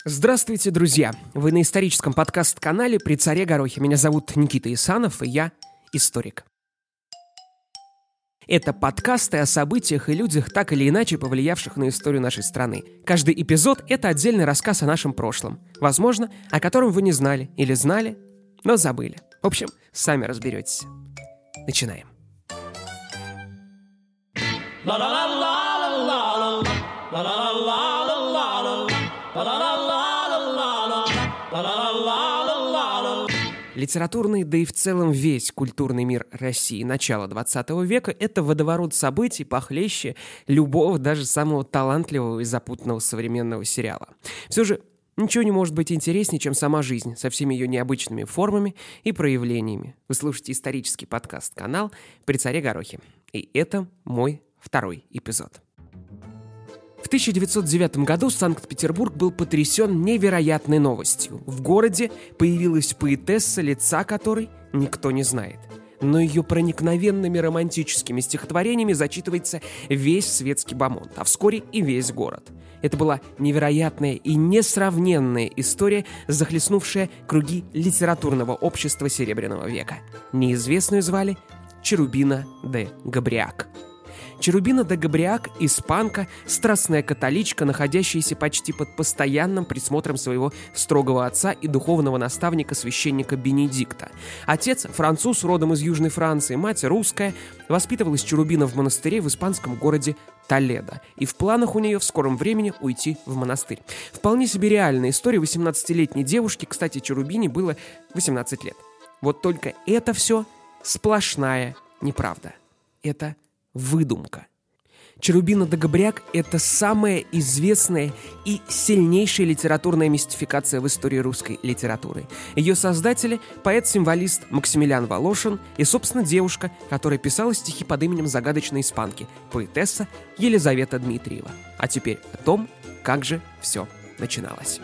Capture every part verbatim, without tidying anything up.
Здравствуйте, друзья! Вы на историческом подкаст-канале «При царе Горохе». Меня зовут Никита Исанов, и я историк. Это подкасты о событиях и людях, так или иначе повлиявших на историю нашей страны. Каждый эпизод — это отдельный рассказ о нашем прошлом. Возможно, о котором вы не знали или знали, но забыли. В общем, сами разберетесь. Начинаем. Литературный, да и в целом весь культурный мир России начала двадцатого века — это водоворот событий похлеще любого, даже самого талантливого и запутанного современного сериала. Все же ничего не может быть интереснее, чем сама жизнь, со всеми ее необычными формами и проявлениями. Вы слушаете исторический подкаст-канал «При царе Горохе». И это мой второй эпизод. В тысяча девятьсот девятом году Санкт-Петербург был потрясен невероятной новостью. В городе появилась поэтесса, лица которой никто не знает. Но ее проникновенными романтическими стихотворениями зачитывается весь светский бомонд, а вскоре и весь город. Это была невероятная и несравненная история, захлестнувшая круги литературного общества Серебряного века. Неизвестную звали Черубина де Габриак. Черубина де Габриак – испанка, страстная католичка, находящаяся почти под постоянным присмотром своего строгого отца и духовного наставника священника Бенедикта. Отец – француз, родом из Южной Франции, мать – русская. Воспитывалась Черубина в монастыре в испанском городе Толедо. И в планах у нее в скором времени уйти в монастырь. Вполне себе реальная история восемнадцатилетней девушки. Кстати, Черубине было восемнадцать лет. Вот только это все сплошная неправда. Это выдумка. Черубина де Габриак – это самая известная и сильнейшая литературная мистификация в истории русской литературы. Ее создатели – поэт-символист Максимилиан Волошин и, собственно, девушка, которая писала стихи под именем загадочной испанки, поэтесса Елизавета Дмитриева. А теперь о том, как же все начиналось.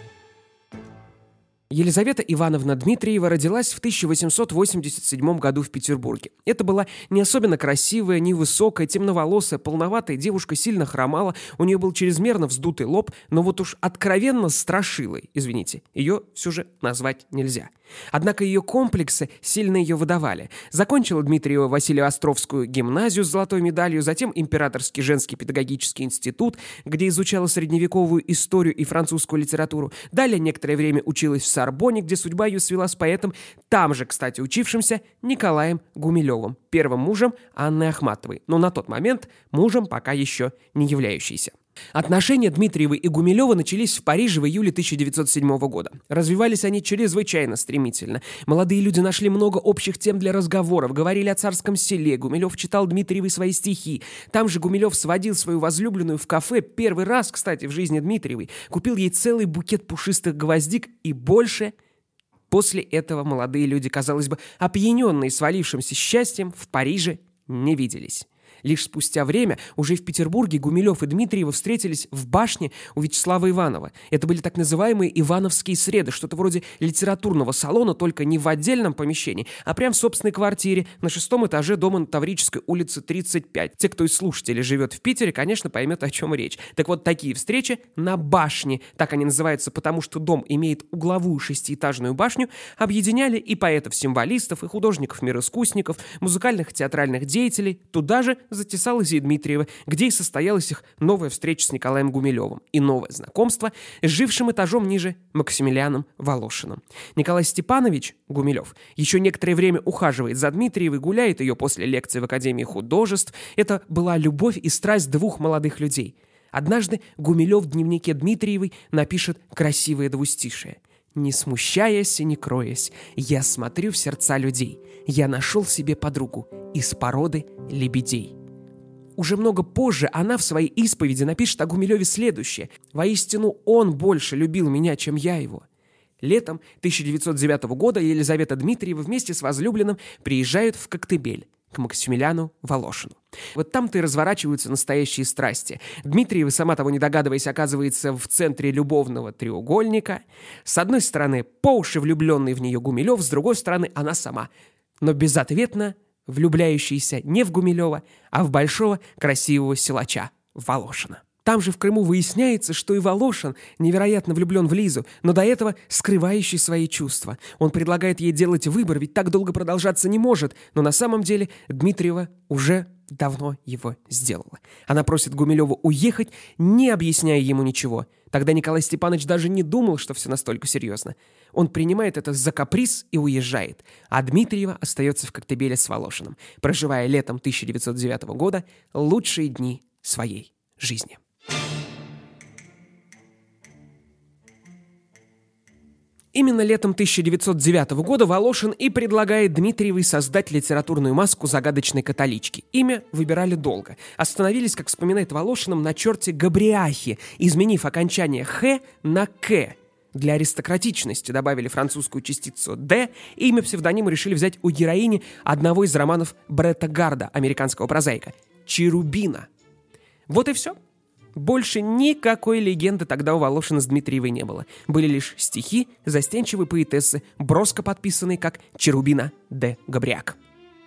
Елизавета Ивановна Дмитриева родилась в тысяча восемьсот восемьдесят седьмом году в Петербурге. Это была не особенно красивая, невысокая, темноволосая, полноватая девушка, сильно хромала, у нее был чрезмерно вздутый лоб, но вот уж откровенно страшилой, извините, ее все же назвать нельзя. Однако ее комплексы сильно ее выдавали. Закончила Дмитриева Василеостровскую гимназию с золотой медалью, затем Императорский женский педагогический институт, где изучала средневековую историю и французскую литературу. Далее некоторое время училась в Сорбонне, где судьба ее свела с поэтом, там же, кстати, учившимся Николаем Гумилевым, первым мужем Анны Ахматовой, но на тот момент мужем пока еще не являющийся. Отношения Дмитриевой и Гумилева начались в Париже в июле тысяча девятьсот седьмого года. Развивались они чрезвычайно стремительно. Молодые люди нашли много общих тем для разговоров, говорили о царском селе, Гумилев читал Дмитриевой свои стихи. Там же Гумилев сводил свою возлюбленную в кафе, первый раз, кстати, в жизни Дмитриевой, купил ей целый букет пушистых гвоздик и больше. После этого молодые люди, казалось бы, опьяненные свалившимся счастьем, в Париже не виделись. Лишь спустя время, уже в Петербурге, Гумилев и Дмитриева встретились в башне у Вячеслава Иванова. Это были так называемые «Ивановские среды», что-то вроде литературного салона, только не в отдельном помещении, а прямо в собственной квартире на шестом этаже дома на Таврической улице тридцать пять. Те, кто из слушателей живет в Питере, конечно, поймет, о чем речь. Так вот, такие встречи на башне, так они называются, потому что дом имеет угловую шестиэтажную башню, объединяли и поэтов-символистов, и художников-мироискусников, музыкальных и театральных деятелей. Туда же затесалась и Дмитриева, где и состоялась их новая встреча с Николаем Гумилевым и новое знакомство с жившим этажом ниже Максимилианом Волошиным. Николай Степанович Гумилев еще некоторое время ухаживает за Дмитриевой, гуляет ее после лекции в Академии художеств. Это была любовь и страсть двух молодых людей. Однажды Гумилев в дневнике Дмитриевой напишет красивое двустишие. «Не смущаясь и не кроясь, я смотрю в сердца людей. Я нашел себе подругу из породы лебедей». Уже много позже она в своей исповеди напишет о Гумилеве следующее. «Воистину он больше любил меня, чем я его». Летом тысяча девятьсот девятого года Елизавета Дмитриева вместе с возлюбленным приезжают в Коктебель к Максимилиану Волошину. Вот там-то и разворачиваются настоящие страсти. Дмитриева, сама того не догадываясь, оказывается в центре любовного треугольника. С одной стороны, по уши влюбленный в нее Гумилев, с другой стороны, она сама. Но безответно влюбляющийся не в Гумилева, а в большого красивого силача Волошина. Там же в Крыму выясняется, что и Волошин невероятно влюблен в Лизу, но до этого скрывающий свои чувства. Он предлагает ей делать выбор, ведь так долго продолжаться не может, но на самом деле Дмитриева уже давно его сделала. Она просит Гумилева уехать, не объясняя ему ничего. Тогда Николай Степанович даже не думал, что все настолько серьезно. Он принимает это за каприз и уезжает, а Дмитриева остается в Коктебеле с Волошиным, проживая летом тысяча девятьсот девятого года лучшие дни своей жизни. Именно летом тысяча девятьсот девятого года Волошин и предлагает Дмитриевой создать литературную маску загадочной католички. Имя выбирали долго. Остановились, как вспоминает Волошиным, на черте Габриахи, изменив окончание «х» на «к». Для аристократичности добавили французскую частицу «д», и имя псевдонима решили взять у героини одного из романов Бретта Гарда, американского прозаика – Черубина. Вот и все. Больше никакой легенды тогда у Волошина с Дмитриевой не было. Были лишь стихи застенчивой поэтессы, броско подписанные как Черубина де Габриак.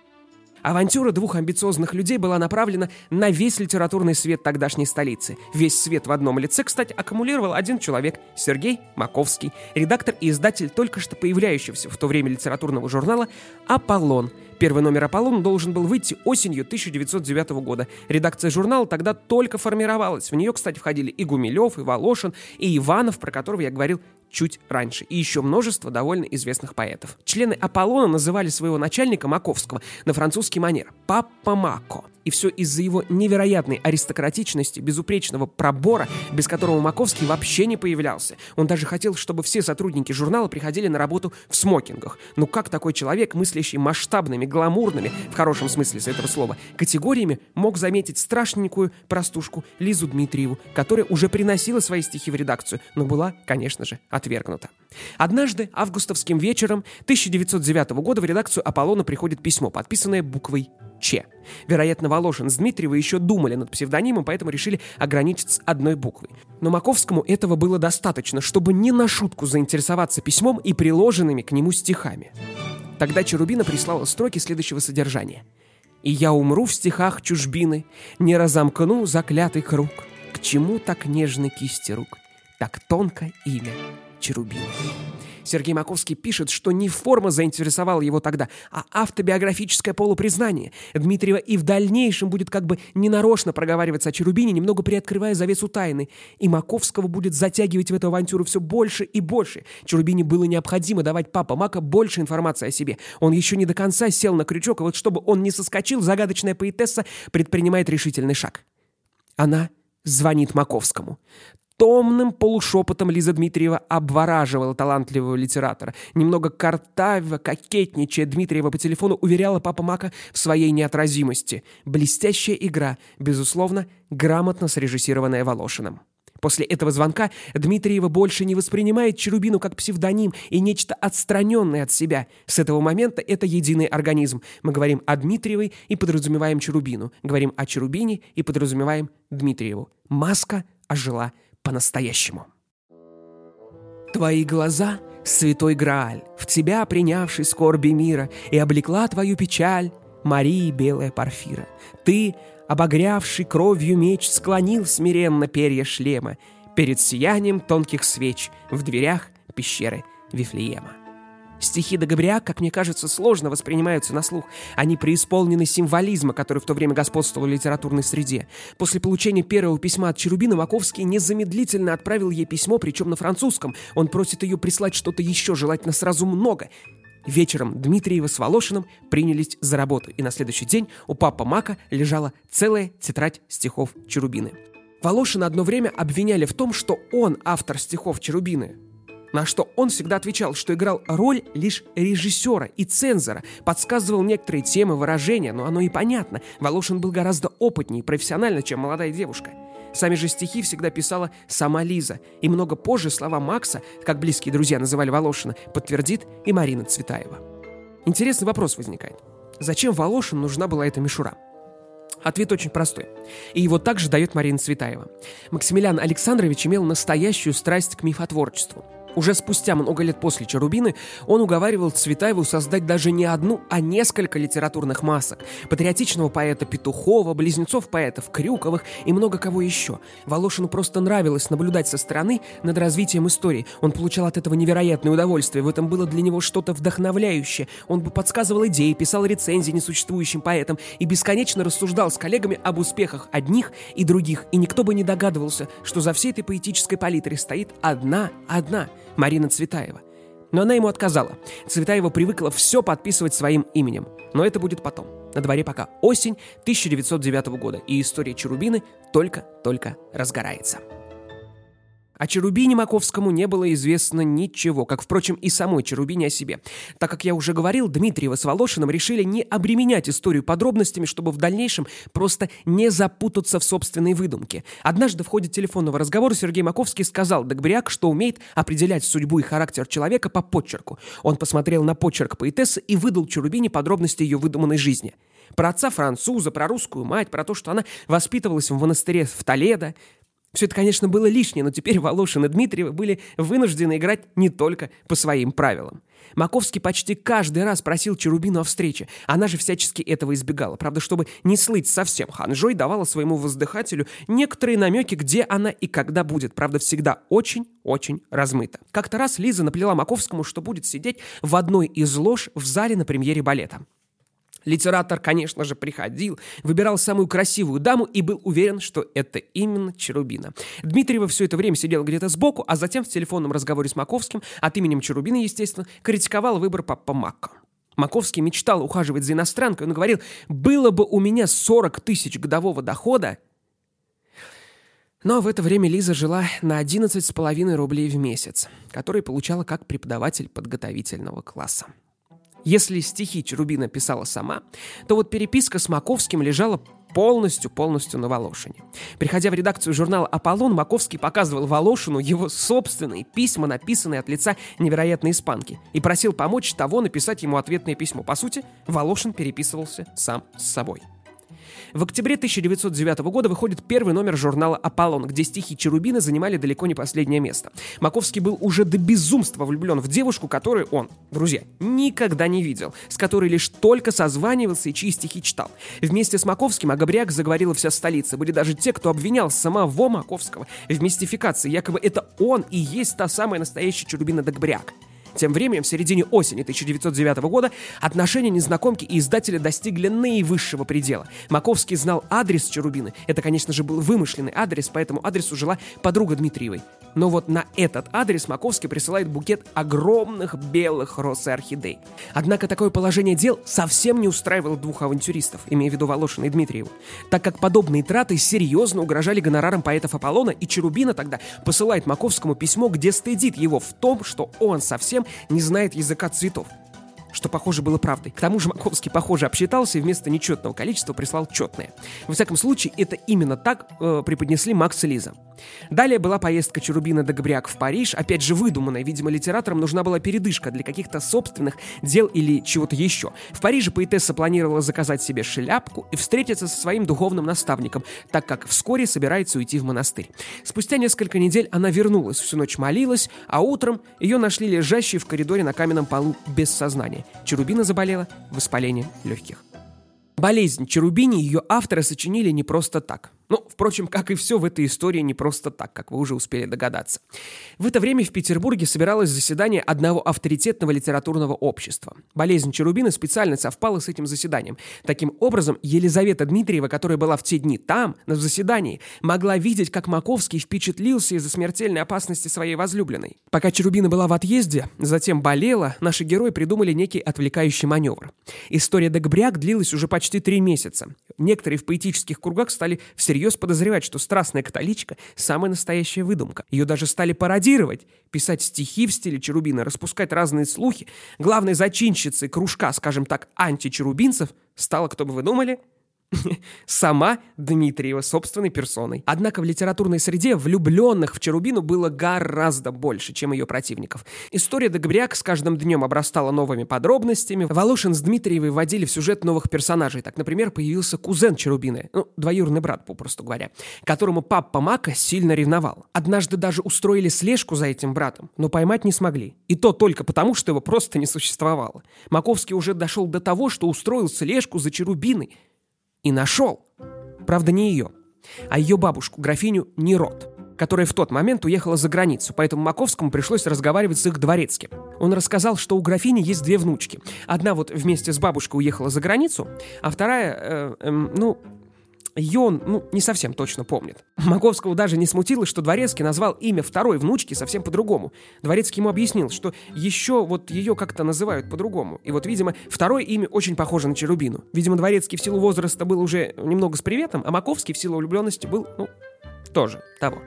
Авантюра двух амбициозных людей была направлена на весь литературный свет тогдашней столицы. Весь свет в одном лице, кстати, аккумулировал один человек – Сергей Маковский, редактор и издатель только что появляющегося в то время литературного журнала «Аполлон». Первый номер «Аполлон» должен был выйти осенью тысяча девятьсот девятого года. Редакция журнала тогда только формировалась. В нее, кстати, входили и Гумилев, и Волошин, и Иванов, про которого я говорил чуть раньше, и еще множество довольно известных поэтов. Члены «Аполлона» называли своего начальника Маковского на французский манер «Папа Мако». И все из-за его невероятной аристократичности, безупречного пробора, без которого Маковский вообще не появлялся. Он даже хотел, чтобы все сотрудники журнала приходили на работу в смокингах. Ну как такой человек, мыслящий масштабными, гламурными, в хорошем смысле этого слова, категориями, мог заметить страшненькую простушку Лизу Дмитриеву, которая уже приносила свои стихи в редакцию, но была, конечно же, отвергнута. Однажды, августовским вечером тысяча девятьсот девятого года в редакцию «Аполлона» приходит письмо, подписанное буквой «Ч». Вероятно, Волошин с Дмитриевой еще думали над псевдонимом, поэтому решили ограничиться одной буквой. Но Маковскому этого было достаточно, чтобы не на шутку заинтересоваться письмом и приложенными к нему стихами. Тогда Черубина прислала строки следующего содержания. «И я умру в стихах чужбины, не разомкну заклятый круг. К чему так нежны кисти рук, так тонко имя Черубина». Сергей Маковский пишет, что не форма заинтересовала его тогда, а автобиографическое полупризнание. Дмитриева и в дальнейшем будет как бы ненарочно проговариваться о Черубине, немного приоткрывая завесу тайны. И Маковского будет затягивать в эту авантюру все больше и больше. Черубине было необходимо давать папа Мака больше информации о себе. Он еще не до конца сел на крючок, и вот чтобы он не соскочил, загадочная поэтесса предпринимает решительный шаг. Она звонит Маковскому. Томным полушепотом Лиза Дмитриева обвораживала талантливого литератора. Немного картавя, кокетничая, Дмитриева по телефону уверяла папа Мака в своей неотразимости. Блестящая игра, безусловно, грамотно срежиссированная Волошиным. После этого звонка Дмитриева больше не воспринимает Черубину как псевдоним и нечто отстраненное от себя. С этого момента это единый организм. Мы говорим о Дмитриевой и подразумеваем Черубину. Говорим о Черубине и подразумеваем Дмитриеву. Маска ожила по-настоящему. Твои глаза — святой Грааль, в тебя принявший скорби мира, и облекла твою печаль Марии белая Порфира. Ты, обогрявший кровью меч, склонил смиренно перья шлема перед сиянием тонких свеч в дверях пещеры Вифлеема. Стихи де Габриак, как мне кажется, сложно воспринимаются на слух. Они преисполнены символизма, который в то время господствовал в литературной среде. После получения первого письма от Черубины Маковский незамедлительно отправил ей письмо, причем на французском. Он просит ее прислать что-то еще, желательно сразу много. Вечером Дмитриева с Волошиным принялись за работу, и на следующий день у папы Мака лежала целая тетрадь стихов Черубины. Волошина одно время обвиняли в том, что он автор стихов Черубины. На что он всегда отвечал, что играл роль лишь режиссера и цензора, подсказывал некоторые темы, выражения, но оно и понятно. Волошин был гораздо опытнее и профессионально, чем молодая девушка. Сами же стихи всегда писала сама Лиза, и много позже слова Макса, как близкие друзья называли Волошина, подтвердит и Марина Цветаева. Интересный вопрос возникает. Зачем Волошину нужна была эта мишура? Ответ очень простой. И его также дает Марина Цветаева. Максимилиан Александрович имел настоящую страсть к мифотворчеству. Уже спустя много лет после «Чарубины» он уговаривал Цветаеву создать даже не одну, а несколько литературных масок. Патриотичного поэта Петухова, близнецов поэтов Крюковых и много кого еще. Волошину просто нравилось наблюдать со стороны над развитием истории. Он получал от этого невероятное удовольствие. В этом было для него что-то вдохновляющее. Он бы подсказывал идеи, писал рецензии несуществующим поэтам и бесконечно рассуждал с коллегами об успехах одних и других. И никто бы не догадывался, что за всей этой поэтической палитрой стоит одна, одна – Марина Цветаева. Но она ему отказала. Цветаева привыкла все подписывать своим именем. Но это будет потом. На дворе пока осень тысяча девятьсот девятого года, и история Чарубины только-только разгорается. О Чарубине Маковскому не было известно ничего, как, впрочем, и самой Чарубине о себе. Так как я уже говорил, Дмитриева с Волошиным решили не обременять историю подробностями, чтобы в дальнейшем просто не запутаться в собственной выдумке. Однажды в ходе телефонного разговора Сергей Маковский сказал Догбряк, что умеет определять судьбу и характер человека по почерку. Он посмотрел на почерк поэтессы и выдал Чарубине подробности ее выдуманной жизни. Про отца француза, про русскую мать, про то, что она воспитывалась в монастыре в Толедо. Все это, конечно, было лишнее, но теперь Волошин и Дмитриева были вынуждены играть не только по своим правилам. Маковский почти каждый раз просил Чарубину о встрече. Она же всячески этого избегала. Правда, чтобы не слыть совсем ханжой, давала своему воздыхателю некоторые намеки, где она и когда будет. Правда, всегда очень-очень размыто. Как-то раз Лиза наплела Маковскому, что будет сидеть в одной из лож в зале на премьере балета. Литератор, конечно же, приходил, выбирал самую красивую даму и был уверен, что это именно Чарубина. Дмитриева все это время сидела где-то сбоку, а затем в телефонном разговоре с Маковским, от именем Чарубины, естественно, критиковала выбор папа Макко. Маковский мечтал ухаживать за иностранкой, он говорил: «Было бы у меня сорок тысяч годового дохода». Но в это время Лиза жила на одиннадцать с половиной рублей в месяц, которые получала как преподаватель подготовительного класса. Если стихи Чарубина писала сама, то вот переписка с Маковским лежала полностью-полностью на Волошине. Приходя в редакцию журнала «Аполлон», Маковский показывал Волошину его собственные письма, написанные от лица невероятной испанки, и просил помочь того написать ему ответное письмо. По сути, Волошин переписывался сам с собой. В октябре тысяча девятьсот девятого года выходит первый номер журнала «Аполлон», где стихи Чарубина занимали далеко не последнее место. Маковский был уже до безумства влюблен в девушку, которую он, друзья, никогда не видел, с которой лишь только созванивался и чьи стихи читал. Вместе с Маковским о Габряк заговорила вся столица. Были даже те, кто обвинял самого Маковского в мистификации. Якобы это он и есть та самая настоящая Чарубина Догбряк. Тем временем, в середине осени тысяча девятьсот девятого года отношения незнакомки и издателя достигли наивысшего предела. Маковский знал адрес Чарубины. Это, конечно же, был вымышленный адрес, по этому адресу жила подруга Дмитриевой. Но вот на этот адрес Маковский присылает букет огромных белых роз и орхидей. Однако такое положение дел совсем не устраивало двух авантюристов, имея в виду Волошина и Дмитриеву, так как подобные траты серьезно угрожали гонорарам поэтов Аполлона, и Чарубина тогда посылает Маковскому письмо, где стыдит его в том, что он совсем не знает языка цветов. Что, похоже, было правдой. К тому же Маковский, похоже, обсчитался и вместо нечетного количества прислал четное. Во всяком случае, это именно так э, преподнесли Макс и Лиза. Далее была поездка Чарубина Догбряк в Париж, опять же выдуманная. Видимо, литераторам нужна была передышка для каких-то собственных дел или чего-то еще. В Париже поэтесса планировала заказать себе шляпку и встретиться со своим духовным наставником, так как вскоре собирается уйти в монастырь. Спустя несколько недель она вернулась, всю ночь молилась, а утром ее нашли лежащей в коридоре на каменном полу без сознания. Чарубина заболела воспалением легких. Болезнь Чарубини ее авторы сочинили не просто так. Ну, впрочем, как и все в этой истории, не просто так, как вы уже успели догадаться. В это время в Петербурге собиралось заседание одного авторитетного литературного общества. Болезнь Чарубины специально совпала с этим заседанием. Таким образом, Елизавета Дмитриева, которая была в те дни там, на заседании, могла видеть, как Маковский впечатлился из-за смертельной опасности своей возлюбленной. Пока Чарубина была в отъезде, затем болела, наши герои придумали некий отвлекающий маневр. История Догбряк длилась уже почти три месяца. Некоторые в поэтических кругах стали всерьез подозревать, что страстная католичка – самая настоящая выдумка. Ее даже стали пародировать, писать стихи в стиле Чарубина, распускать разные слухи. Главной зачинщицей кружка, скажем так, античарубинцев стала, кто бы вы думали, Сама Дмитриева собственной персоной. Однако в литературной среде влюбленных в Чарубину было гораздо больше, чем ее противников. История Догбряк с каждым днем обрастала новыми подробностями. Волошин с Дмитриевой вводили в сюжет новых персонажей. Так, например, появился кузен Чарубины, ну, двоюродный брат, попросту говоря, которому папа Мака сильно ревновал. Однажды даже устроили слежку за этим братом, но поймать не смогли. И то только потому, что его просто не существовало. Маковский уже дошел до того, что устроил слежку за Чарубиной. И нашел. Правда, не ее, а ее бабушку, графиню Нерот, которая в тот момент уехала за границу, поэтому Маковскому пришлось разговаривать с их дворецким. Он рассказал, что у графини есть две внучки. Одна вот вместе с бабушкой уехала за границу, а вторая, э, э, ну... ее он, ну, не совсем точно помнит. Маковского даже не смутило, что дворецкий назвал имя второй внучки совсем по-другому. Дворецкий ему объяснил, что еще вот ее как-то называют по-другому. И вот, видимо, второе имя очень похоже на Чарубину. Видимо, дворецкий в силу возраста был уже немного с приветом, а Маковский в силу влюбленности был, ну, тоже того.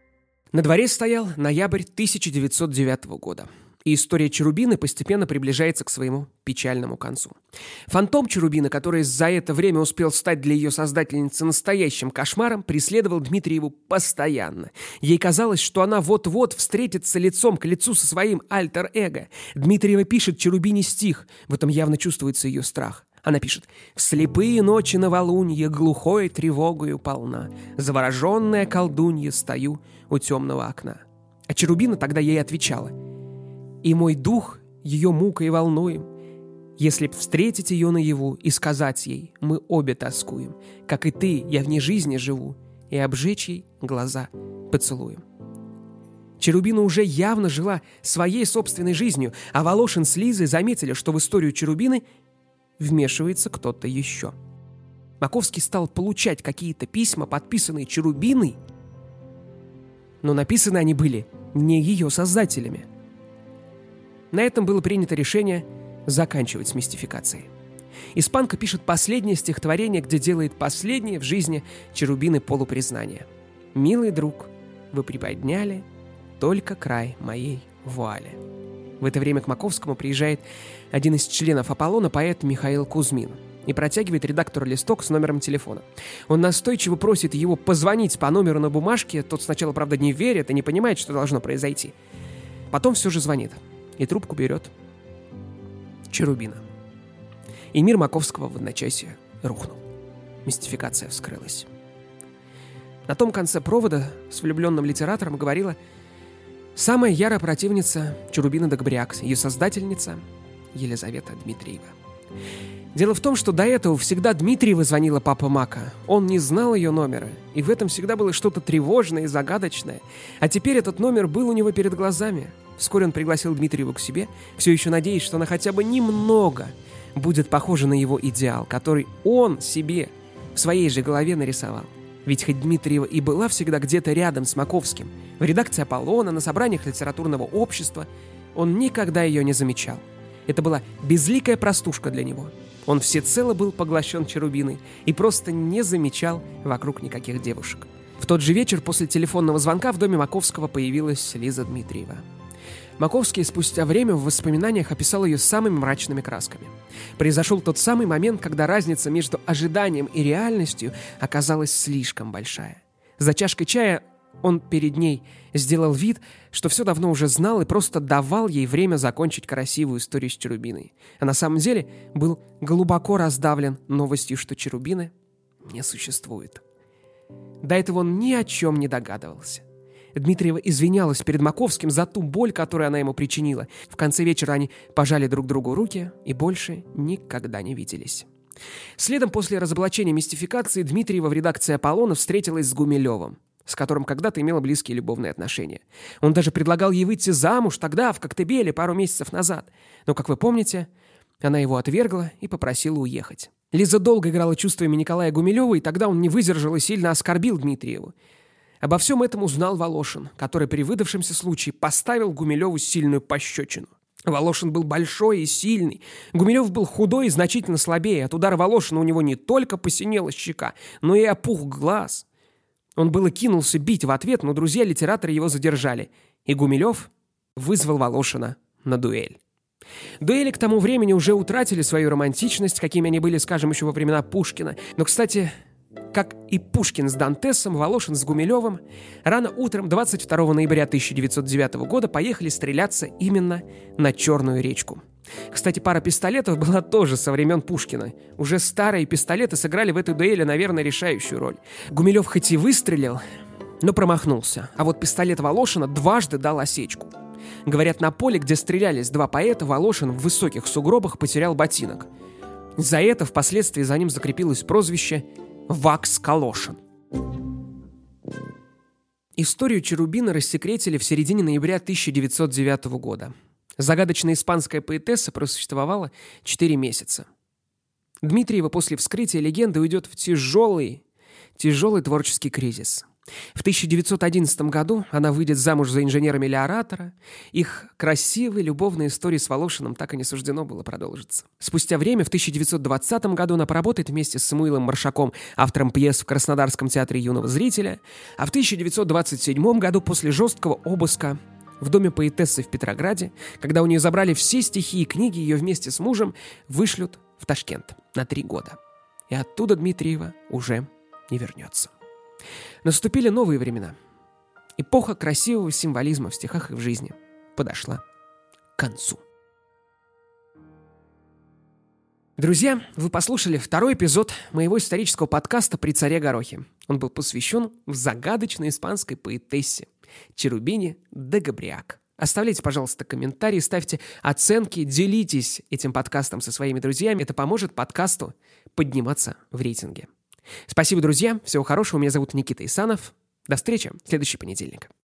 На дворе стоял ноябрь тысяча девятьсот девятого года. И история Чарубины постепенно приближается к своему печальному концу. Фантом Чарубины, который за это время успел стать для ее создательницы настоящим кошмаром, преследовал Дмитриеву постоянно. Ей казалось, что она вот-вот встретится лицом к лицу со своим альтер-эго. Дмитриева пишет Чарубине стих, в этом явно чувствуется ее страх. Она пишет: «В слепые ночи новолунья глухой тревогою полна, завороженная колдунья стою у темного окна». А Чарубина тогда ей отвечала: «И мой дух ее мукой волнуем. Если б встретить ее наяву и сказать ей, мы обе тоскуем, как и ты, я вне жизни живу, и обжечь ей глаза поцелуем». Чарубина уже явно жила своей собственной жизнью, а Волошин с Лизой заметили, что в историю Чарубины вмешивается кто-то еще. Маковский стал получать какие-то письма, подписанные Чарубиной, но написаны они были не ее создателями. На этом было принято решение заканчивать с мистификацией. Испанка пишет последнее стихотворение, где делает последнее в жизни Чарубины полупризнание. «Милый друг, вы приподняли только край моей вуали». В это время к Маковскому приезжает один из членов Аполлона, поэт Михаил Кузьмин, и протягивает редактору листок с номером телефона. Он настойчиво просит его позвонить по номеру на бумажке. Тот сначала, правда, не верит и не понимает, что должно произойти. Потом все же звонит. И трубку берет Чарубина. И мир Маковского в одночасье рухнул. Мистификация вскрылась. На том конце провода с влюбленным литератором говорила самая ярая противница Чарубины Догбряк, ее создательница Елизавета Дмитриева. Дело в том, что до этого всегда Дмитриева звонила папа Мака. Он не знал ее номера, и в этом всегда было что-то тревожное и загадочное. А теперь этот номер был у него перед глазами. Вскоре он пригласил Дмитриеву к себе, все еще надеясь, что она хотя бы немного будет похожа на его идеал, который он себе в своей же голове нарисовал. Ведь хоть Дмитриева и была всегда где-то рядом с Маковским, в редакции «Аполлона», на собраниях литературного общества, он никогда ее не замечал. Это была безликая простушка для него. Он всецело был поглощен Чарубиной и просто не замечал вокруг никаких девушек. В тот же вечер после телефонного звонка в доме Маковского появилась Лиза Дмитриева. Маковский спустя время в воспоминаниях описал ее самыми мрачными красками. Произошел тот самый момент, когда разница между ожиданием и реальностью оказалась слишком большая. За чашкой чая он перед ней сделал вид, что все давно уже знал и просто давал ей время закончить красивую историю с Чарубиной. А на самом деле был глубоко раздавлен новостью, что Чарубины не существует. До этого он ни о чем не догадывался. Дмитриева извинялась перед Маковским за ту боль, которую она ему причинила. В конце вечера они пожали друг другу руки и больше никогда не виделись. Следом после разоблачения мистификации Дмитриева в редакции «Аполлона» встретилась с Гумилевым, с которым когда-то имела близкие любовные отношения. Он даже предлагал ей выйти замуж тогда, в Коктебеле, пару месяцев назад. Но, как вы помните, она его отвергла и попросила уехать. Лиза долго играла чувствами Николая Гумилева, и тогда он не выдержал и сильно оскорбил Дмитриеву. Обо всем этом узнал Волошин, который при выдавшемся случае поставил Гумилеву сильную пощечину. Волошин был большой и сильный. Гумилев был худой и значительно слабее. От удара Волошина у него не только посинела щека, но и опух глаз. Он было кинулся бить в ответ, но друзья-литераторы его задержали, и Гумилев вызвал Волошина на дуэль. Дуэли к тому времени уже утратили свою романтичность, какими они были, скажем, еще во времена Пушкина. Но, кстати, как и Пушкин с Дантесом, Волошин с Гумилевым, рано утром двадцать второго ноября тысяча девятьсот девятого года поехали стреляться именно на Черную речку. Кстати, пара пистолетов была тоже со времен Пушкина. Уже старые пистолеты сыграли в этой дуэли, наверное, решающую роль. Гумилев хоть и выстрелил, но промахнулся. А вот пистолет Волошина дважды дал осечку. Говорят, на поле, где стрелялись два поэта, Волошин в высоких сугробах потерял ботинок. За это впоследствии за ним закрепилось прозвище «Вакс Калошин». Историю Черубина рассекретили в середине ноября тысяча девятьсот девятого года. Загадочная испанская поэтесса просуществовала четыре месяца. Дмитриева после вскрытия легенды уйдет в тяжелый, тяжелый творческий кризис. В тысяча девятьсот одиннадцатом году она выйдет замуж за инженера-мелиоратора. Их красивой любовной истории с Волошиным так и не суждено было продолжиться. Спустя время, в тысяча девятьсот двадцатом году, она поработает вместе с Самуилом Маршаком, автором пьес в Краснодарском театре юного зрителя, а в тысяча девятьсот двадцать седьмом году, после жесткого обыска в доме поэтессы в Петрограде, когда у нее забрали все стихи и книги, ее вместе с мужем вышлют в Ташкент на три года. И оттуда Дмитриева уже не вернется. Наступили новые времена. Эпоха красивого символизма в стихах и в жизни подошла к концу. Друзья, вы послушали второй эпизод моего исторического подкаста «При царе Горохе». Он был посвящен загадочной испанской поэтессе Черубине де Габриак. Оставляйте, пожалуйста, комментарии, ставьте оценки, делитесь этим подкастом со своими друзьями. Это поможет подкасту подниматься в рейтинге. Спасибо, друзья. Всего хорошего. Меня зовут Никита Исанов. До встречи в следующий понедельник.